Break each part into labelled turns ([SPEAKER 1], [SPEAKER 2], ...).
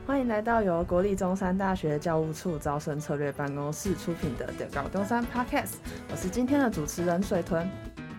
[SPEAKER 1] 欢迎来到由国立中山大学教务处招生策略办公室出品的中高中山 Podcast， 我是今天的主持人水豚。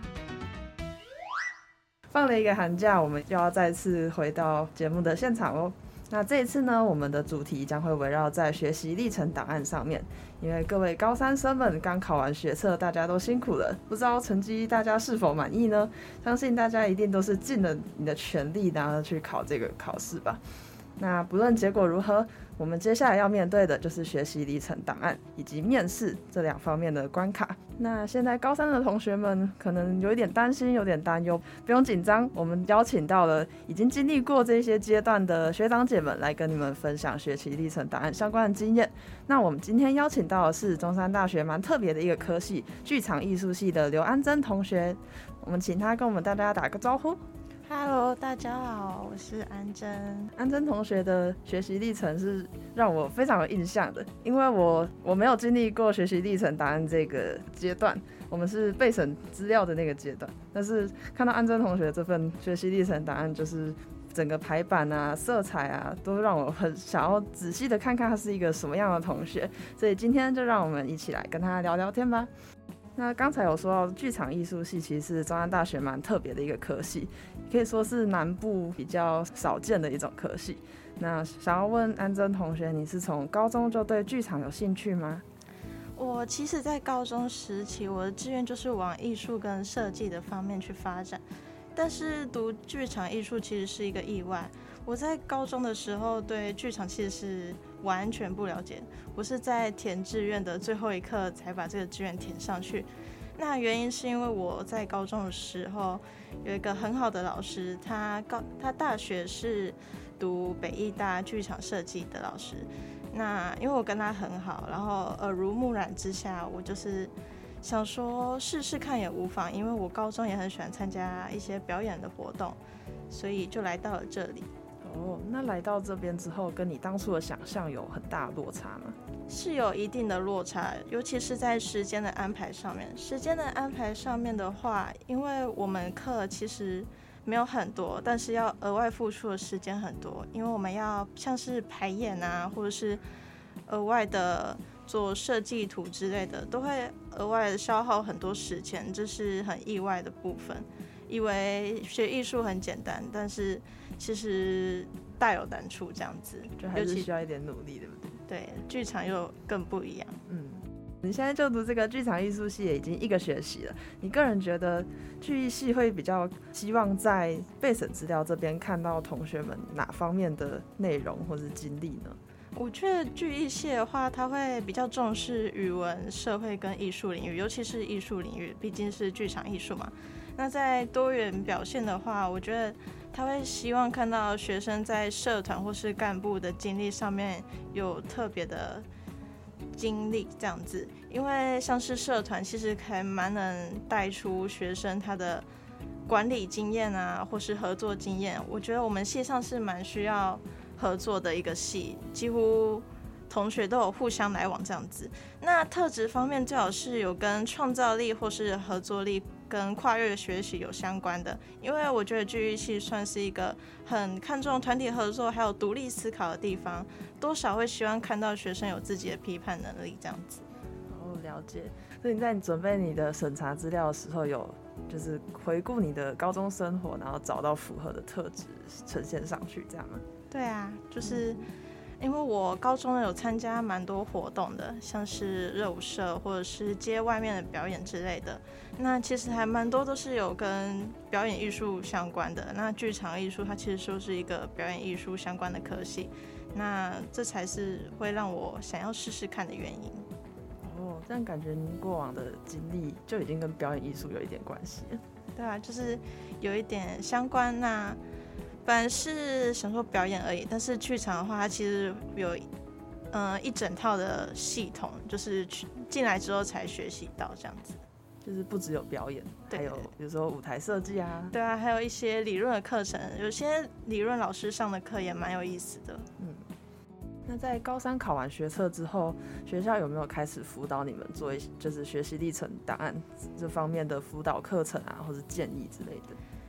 [SPEAKER 1] 放了一个寒假，我们又要再次回到节目的现场哦。那这一次呢，我们的主题将会围绕在学习历程档案上面，因为各位高三生们刚考完学测，大家都辛苦了，不知道成绩大家是否满意呢？相信大家一定都是尽了你的全力，然后去考这个考试吧。那不论结果如何，我们接下来要面对的就是学习历程档案以及面试这两方面的关卡。那现在高三的同学们可能有一点担心，有点担忧，不用紧张，我们邀请到了已经经历过这些阶段的学长姐们来跟你们分享学习历程档案相关的经验。那我们今天邀请到的是中山大学蛮特别的一个科系——剧场艺术系的刘安珍同学，我们请他跟我们大家打个招呼。
[SPEAKER 2] Hello， 大家好，我是安珍。
[SPEAKER 1] 安珍同学的学习历程是让我非常有印象的，因为我没有经历过学习历程档案这个阶段，我们是备审资料的那个阶段。但是看到安珍同学这份学习历程档案，就是整个排版啊、色彩啊，都让我很想要仔细的看看他是一个什么样的同学。所以今天就让我们一起来跟他聊聊天吧。那刚才有说到剧场艺术系其实是中山大学蛮特别的一个科系，可以说是南部比较少见的一种科系。那想要问安珍同学，你是从高中就对剧场有兴趣吗？
[SPEAKER 2] 我其实在高中时期，我的志愿就是往艺术跟设计的方面去发展，但是读剧场艺术其实是一个意外。我在高中的时候对剧场其实是完全不了解，我是在填志愿的最后一刻才把这个志愿填上去。那原因是因为我在高中的时候有一个很好的老师，他大学是读北艺大剧场设计的老师。那因为我跟他很好，然后耳濡目染之下，我就是想说试试看也无妨，因为我高中也很喜欢参加一些表演的活动，所以就来到了这里。
[SPEAKER 1] 哦，那来到这边之后，跟你当初的想象有很大的落差吗？
[SPEAKER 2] 是有一定的落差，尤其是在时间的安排上面。时间的安排上面的话，因为我们课其实没有很多，但是要额外付出的时间很多，因为我们要像是排演啊，或者是额外的做设计图之类的，都会额外的消耗很多时间，这是很意外的部分。以为学艺术很简单，但是其实大有难处，这样子
[SPEAKER 1] 就还是需要一点努力，对不对？
[SPEAKER 2] 对，剧场又更不一样。
[SPEAKER 1] 你现在就读这个剧场艺术系也已经1个学期了，你个人觉得剧艺系会比较希望在备审资料这边看到同学们哪方面的内容或是经历呢？
[SPEAKER 2] 我觉得剧艺系的话，它会比较重视语文、社会跟艺术领域，尤其是艺术领域，毕竟是剧场艺术嘛。那在多元表现的话，我觉得他会希望看到学生在社团或是干部的经历上面有特别的经历这样子，因为像是社团其实还蛮能带出学生他的管理经验啊，或是合作经验。我觉得我们系上是蛮需要合作的一个系，几乎同学都有互相来往这样子。那特质方面最好是有跟创造力或是合作力跟跨越学习有相关的，因为我觉得剧艺系算是一个很看重团体合作还有独立思考的地方，多少会希望看到学生有自己的批判能力这样子。
[SPEAKER 1] 哦，了解。所以你在准备你的审查资料的时候，有就是回顾你的高中生活，然后找到符合的特质呈现上去，这样吗？
[SPEAKER 2] 对啊，就是因为我高中有参加蛮多活动的，像是热舞社或者是街外面的表演之类的，那其实还蛮多都是有跟表演艺术相关的。那剧场艺术它其实就是一个表演艺术相关的科系，那这才是会让我想要试试看的原因。
[SPEAKER 1] 哦，这样感觉您过往的经历就已经跟表演艺术有一点关系了。
[SPEAKER 2] 对啊，就是有一点相关。那本来是想说表演而已，但是剧场的话，它其实有一整套的系统，就是进来之后才学习到这样子。
[SPEAKER 1] 就是不只有表演，还有比如说舞台设计啊。
[SPEAKER 2] 对啊，还有一些理论的课程，有些理论老师上的课也蛮有意思的。
[SPEAKER 1] 那在高三考完学测之后，学校有没有开始辅导你们做就是学习历程档案这方面的辅导课程啊，或是建议之类的？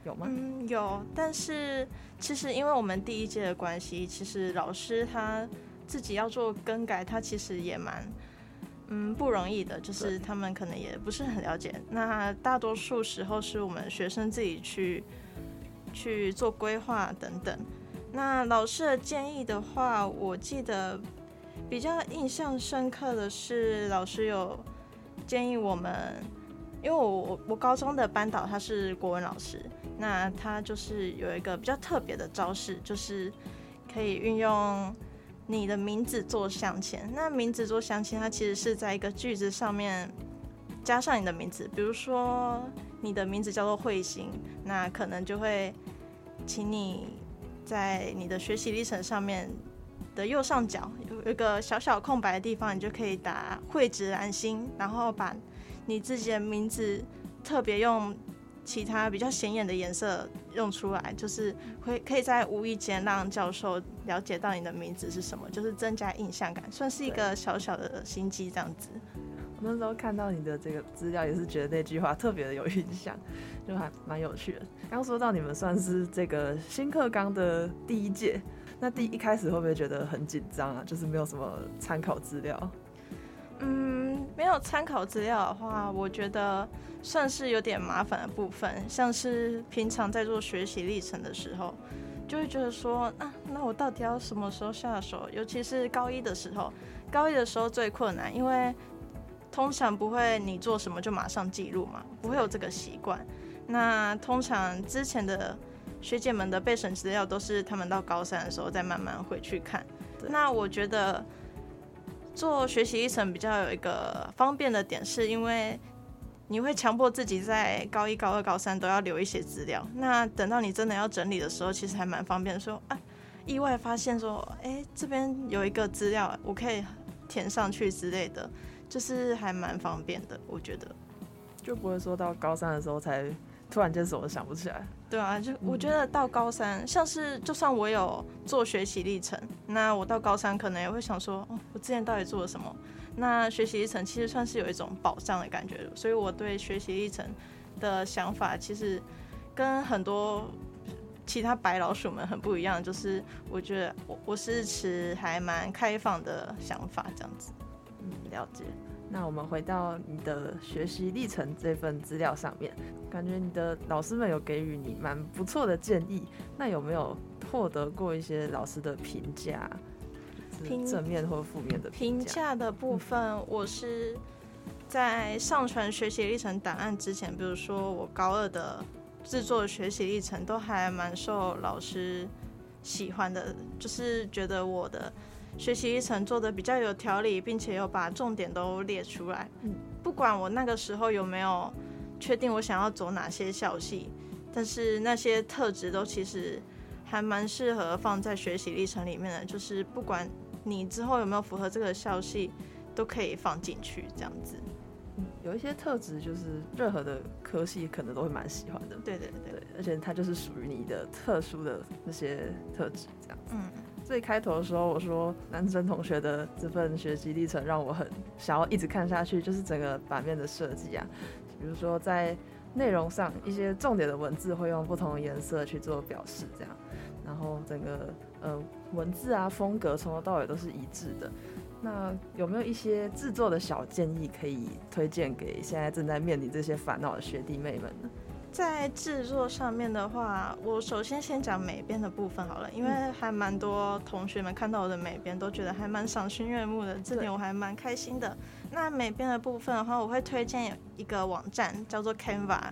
[SPEAKER 1] 有吗？
[SPEAKER 2] 有，但是其实因为我们第一届的关系，其实老师他自己要做更改，他其实也蛮不容易的，就是他们可能也不是很了解。那大多数时候是我们学生自己去做规划等等。那老师的建议的话，我记得比较印象深刻的是，老师有建议我们，因为我高中的班导他是国文老师，那他就是有一个比较特别的招式，就是可以运用你的名字做镶嵌。那名字做镶嵌，它其实是在一个句子上面加上你的名字，比如说你的名字叫做慧心，那可能就会请你在你的学习历程上面的右上角有一个小小空白的地方，你就可以打蕙质兰心，然后把你自己的名字特别用其他比较显眼的颜色用出来，就是可以在无意间让教授了解到你的名字是什么，就是增加印象感，算是一个小小的心机这样子。
[SPEAKER 1] 我那时候看到你的这个资料，也是觉得那句话特别的有印象，就还蛮有趣的。刚说到你们算是这个新课纲的第一届，那一开始会不会觉得很紧张啊？就是没有什么参考资料。
[SPEAKER 2] 没有参考资料的话，我觉得算是有点麻烦的部分，像是平常在做学习历程的时候，就会觉得说那我到底要什么时候下手？尤其是高一的时候最困难，因为通常不会你做什么就马上记录嘛，不会有这个习惯。那通常之前的学姐们的备审资料都是他们到高三的时候再慢慢回去看。那我觉得做学习历程比较有一个方便的点，是因为你会强迫自己在高一、高二、高三都要留一些资料。那等到你真的要整理的时候，其实还蛮方便的说意外发现说，这边有一个资料，我可以填上去之类的，就是还蛮方便的，我觉得。
[SPEAKER 1] 就不会说到高三的时候才突然间什么都想不起来。
[SPEAKER 2] 对啊，就我觉得到高三，像是就算我有做学习历程，那我到高三可能也会想说，我之前到底做了什么？那学习历程其实算是有一种保障的感觉，所以我对学习历程的想法其实跟很多其他白老鼠们很不一样，就是我觉得我是持还蛮开放的想法这样子。
[SPEAKER 1] 了解。那我们回到你的学习历程这份资料上面，感觉你的老师们有给予你蛮不错的建议，那有没有获得过一些老师的评价，正面或负面的
[SPEAKER 2] 评价的部分？我是在上传学习历程档案之前，比如说我高二的制作学习历程都还蛮受老师喜欢的，就是觉得我的学习历程做的比较有条理，并且有把重点都列出来。不管我那个时候有没有确定我想要走哪些校系，但是那些特质都其实还蛮适合放在学习历程里面的，就是不管你之后有没有符合这个校系，都可以放进去这样子。
[SPEAKER 1] 有一些特质就是任何的科系可能都会蛮喜欢的。
[SPEAKER 2] 对，
[SPEAKER 1] 而且它就是属于你的特殊的那些特质这样子。最开头的时候我说南真同学的这份学习历程让我很想要一直看下去，就是整个版面的设计啊，比如说在内容上一些重点的文字会用不同的颜色去做表示这样，然后整个文字啊风格从头到尾都是一致的。那有没有一些制作的小建议可以推荐给现在正在面临这些烦恼的学弟妹们呢？
[SPEAKER 2] 在制作上面的话，我首先讲美编的部分好了，因为还蛮多同学们看到我的美编都觉得还蛮赏心悦目的，这点我还蛮开心的。那美编的部分的话，我会推荐一个网站叫做 Canva，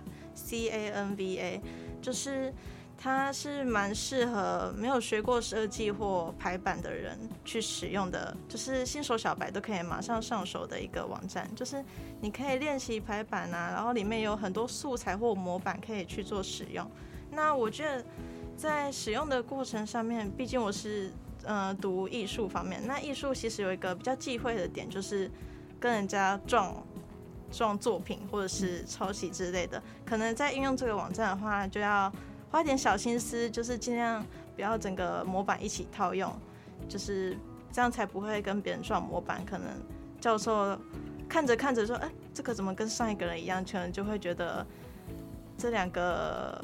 [SPEAKER 2] CANVA， 就是它是蛮适合没有学过设计或排版的人去使用的，就是新手小白都可以马上上手的一个网站，就是你可以练习排版啊，然后里面有很多素材或模板可以去做使用。那我觉得在使用的过程上面，毕竟我是读艺术方面，那艺术其实有一个比较忌讳的点，就是跟人家撞作品或者是抄袭之类的，可能在运用这个网站的话，就要花点小心思，就是尽量不要整个模板一起套用，就是这样才不会跟别人撞模板。可能教授看着说，这个怎么跟上一个人一样，可能就会觉得这两个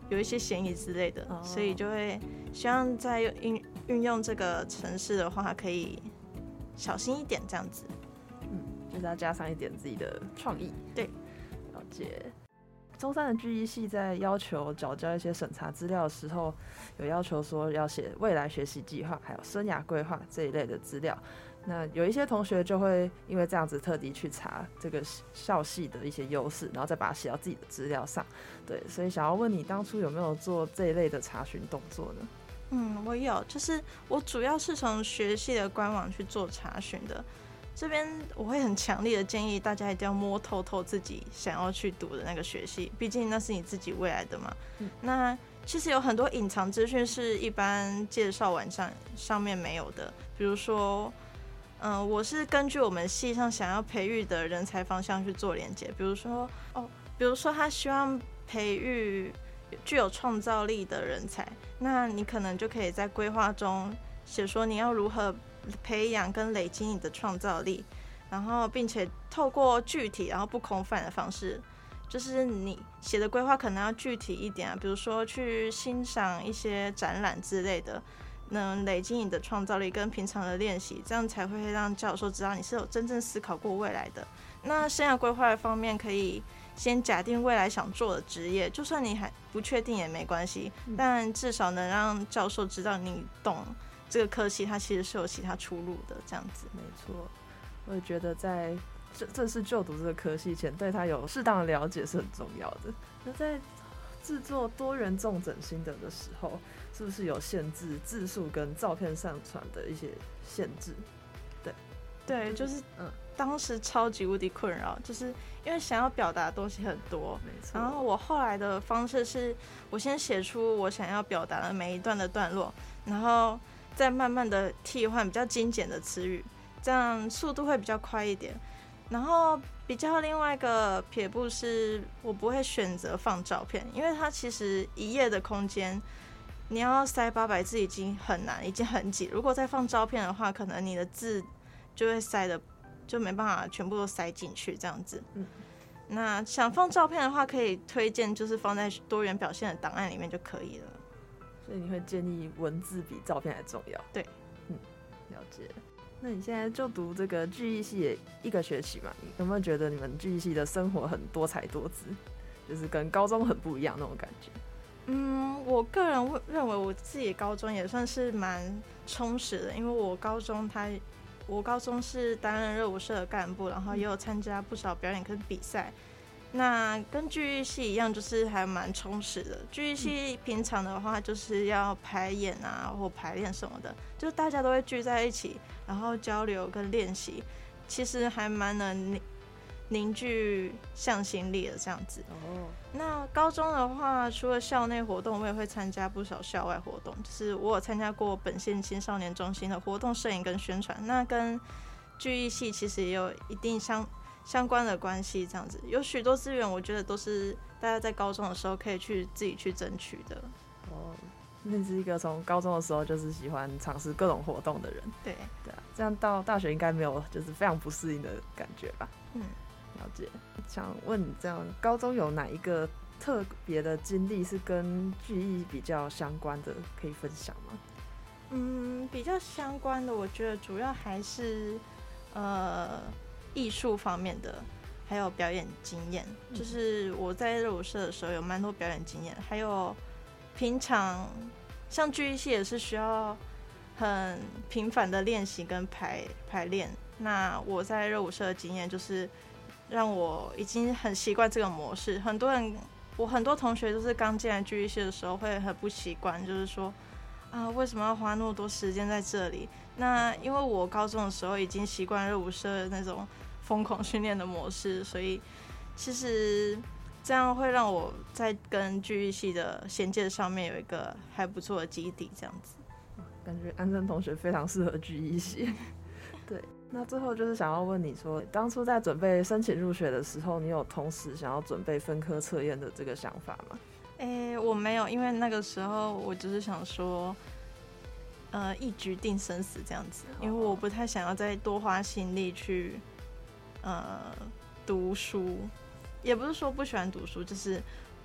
[SPEAKER 2] 有一些嫌疑之类的，所以就会希望在运用这个程式的话，可以小心一点这样子。
[SPEAKER 1] 就是要加上一点自己的创意。
[SPEAKER 2] 对，
[SPEAKER 1] 了解。中山的剧艺系在要求缴交一些审查资料的时候，有要求说要写未来学习计划，还有生涯规划这一类的资料。那有一些同学就会因为这样子特地去查这个校系的一些优势，然后再把它写到自己的资料上。对，所以想要问你当初有没有做这一类的查询动作呢？
[SPEAKER 2] 我有，就是我主要是从学系的官网去做查询的。这边我会很强烈的建议大家一定要摸透透自己想要去读的那个学系，毕竟那是你自己未来的嘛。那其实有很多隐藏资讯是一般介绍网站上面没有的，比如说，我是根据我们系上想要培育的人才方向去做连结，比如说他希望培育具有创造力的人才，那你可能就可以在规划中写说你要如何培养跟累积你的创造力，然后并且透过具体然后不空泛的方式，就是你写的规划可能要具体一点啊，比如说去欣赏一些展览之类的，能累积你的创造力跟平常的练习，这样才会让教授知道你是有真正思考过未来的。那生涯规划的方面，可以先假定未来想做的职业，就算你还不确定也没关系，但至少能让教授知道你懂这个科系它其实是有其他出路的，这样子。
[SPEAKER 1] 没错，我也觉得在正式就读这个科系前，对它有适当的了解是很重要的。那在制作多元重整心得的时候，是不是有限制字数跟照片上传的一些限制？
[SPEAKER 2] 对，就是当时超级无敌困扰，就是因为想要表达的东西很多，
[SPEAKER 1] 没错。
[SPEAKER 2] 然后我后来的方式是，我先写出我想要表达的每一段的段落，然后再慢慢的替换比较精简的词语，这样速度会比较快一点。然后比较另外一个撇步是，我不会选择放照片，因为它其实一页的空间，你要塞800字已经很难，已经很挤。如果再放照片的话，可能你的字就会塞的就没办法全部都塞进去这样子。那想放照片的话，可以推荐就是放在多元表现的档案里面就可以了。
[SPEAKER 1] 所以你会建议文字比照片还重要？
[SPEAKER 2] 对，
[SPEAKER 1] 了解。那你现在就读这个剧艺系也1个学期嘛，有没有觉得你们剧艺系的生活很多彩多姿，就是跟高中很不一样那种感觉？
[SPEAKER 2] 我个人认为我自己高中也算是蛮充实的，因为我高中是担任热舞社的干部，然后也有参加不少表演跟比赛。那跟剧艺系一样，就是还蛮充实的。剧艺系平常的话，就是要排演啊，或排练什么的，就是大家都会聚在一起，然后交流跟练习，其实还蛮能凝聚向心力的这样子。那高中的话，除了校内活动，我也会参加不少校外活动。就是我有参加过本县青少年中心的活动摄影跟宣传，那跟剧艺系其实也有一定相关的关系，这样子有许多资源，我觉得都是大家在高中的时候可以自己去争取的。
[SPEAKER 1] 你是一个从高中的时候就是喜欢尝试各种活动的人。
[SPEAKER 2] 对
[SPEAKER 1] 啊，这样到大学应该没有就是非常不适应的感觉吧？了解。想问你，这样高中有哪一个特别的经历是跟剧艺比较相关的，可以分享吗？
[SPEAKER 2] 比较相关的，我觉得主要还是艺术方面的，还有表演经验。就是我在热舞社的时候有蛮多表演经验，还有平常像剧艺系也是需要很频繁的练习跟排练。那我在热舞社的经验就是让我已经很习惯这个模式。我很多同学就是刚进来剧艺系的时候会很不习惯，就是说为什么要花那么多时间在这里？那因为我高中的时候已经习惯热舞社的那种疯狂训练的模式，所以其实这样会让我在跟剧艺系的衔接上面有一个还不错的基底，这样子。
[SPEAKER 1] 感觉安正同学非常适合剧艺系。对，那最后就是想要问你说，当初在准备申请入学的时候，你有同时想要准备分科测验的这个想法吗？
[SPEAKER 2] 我没有，因为那个时候我只是想说一局定生死这样子，因为我不太想要再多花心力去读书，也不是说不喜欢读书，就是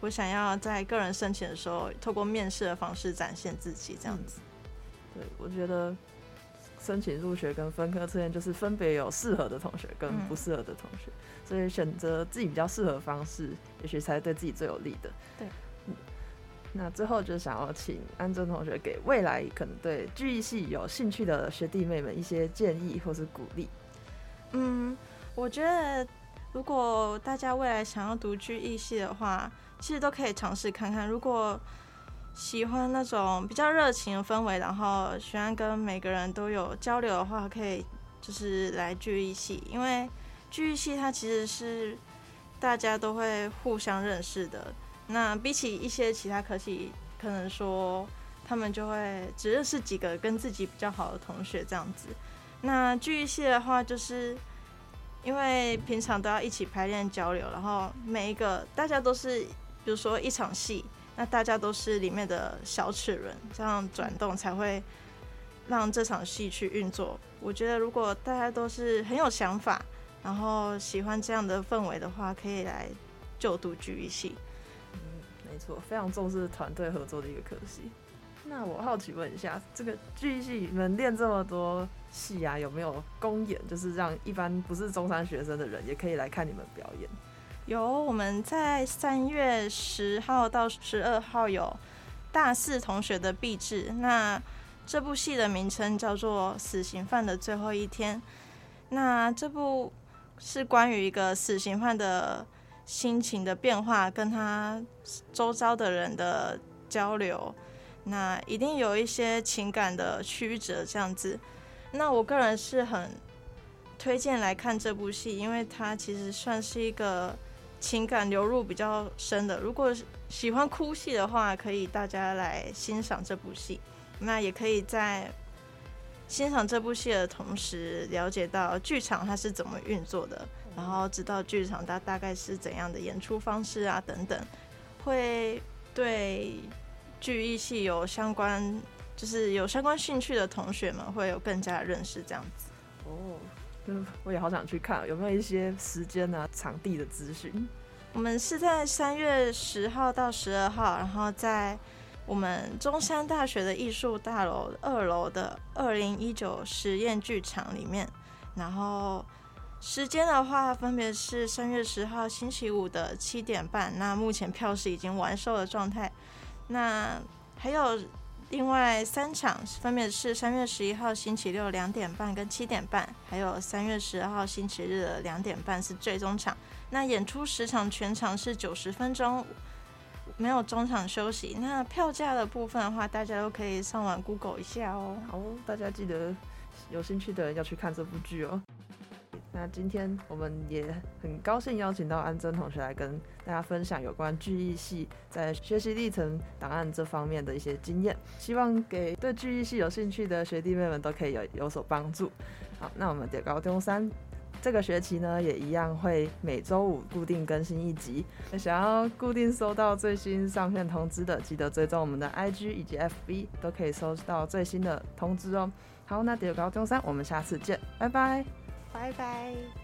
[SPEAKER 2] 我想要在个人申请的时候，透过面试的方式展现自己，这样子。
[SPEAKER 1] 对，我觉得申请入学跟分科测验就是分别有适合的同学跟不适合的同学，所以选择自己比较适合的方式，也许才是对自己最有利的。
[SPEAKER 2] 对。
[SPEAKER 1] 那最后就想要请安珍同学给未来可能对剧艺系有兴趣的学弟妹们一些建议或是鼓励。
[SPEAKER 2] 我觉得如果大家未来想要读剧艺系的话，其实都可以尝试看看。如果喜欢那种比较热情的氛围，然后喜欢跟每个人都有交流的话，可以就是来剧艺系，因为剧艺系它其实是大家都会互相认识的。那比起一些其他科系，可能说他们就会只认识几个跟自己比较好的同学这样子。那剧艺系的话，就是因为平常都要一起排练交流，然后每一个大家都是，比如说一场戏，那大家都是里面的小齿轮，这样转动才会让这场戏去运作。我觉得如果大家都是很有想法，然后喜欢这样的氛围的话，可以来就读剧艺系。
[SPEAKER 1] 没错，非常重视团队合作的一个科系。那我好奇问一下，这个剧艺系你们练这么多戏啊，有没有公演，就是让一般不是中山学生的人也可以来看你们表演？
[SPEAKER 2] 有，我们在3月10号到12号有大四同学的毕制。那这部戏的名称叫做《死刑犯的最后一天》。那这部是关于一个死刑犯的心情的变化，跟他周遭的人的交流，那一定有一些情感的曲折这样子。那我个人是很推荐来看这部戏，因为它其实算是一个情感流入比较深的。如果喜欢哭戏的话，可以大家来欣赏这部戏。那也可以在欣赏这部戏的同时，了解到剧场它是怎么运作的，然后知道剧场它大概是怎样的演出方式啊等等，会对剧艺系有相关兴趣的同学们会有更加的认识这样子。
[SPEAKER 1] 我也好想去看，有没有一些时间啊、场地的资讯？
[SPEAKER 2] 我们是在3月10号到12号，然后在我们中山大学的艺术大楼2楼的2019实验剧场里面。然后时间的话，分别是3月10号星期五的7点半，那目前票是已经完售的状态。那还有另外3场，分别是3月11号星期六2点半跟7点半，还有3月12号星期日的2点半是最终场。那演出时长全场是90分钟，没有中场休息。那票价的部分的话，大家都可以上网 Google 一下哦。
[SPEAKER 1] 好，大家记得有兴趣的人要去看这部剧哦。那今天我们也很高兴邀请到安珍同学来跟大家分享有关剧艺系在学习历程档案这方面的一些经验，希望给对剧艺系有兴趣的学弟妹们都可以有所帮助。好，那我们中高中3这个学期呢，也一样会每周5固定更新1集。想要固定收到最新上片通知的，记得追踪我们的 IG 以及 FB， 都可以收到最新的通知哦。好，那中高中3我们下次见，拜拜。
[SPEAKER 2] 拜拜。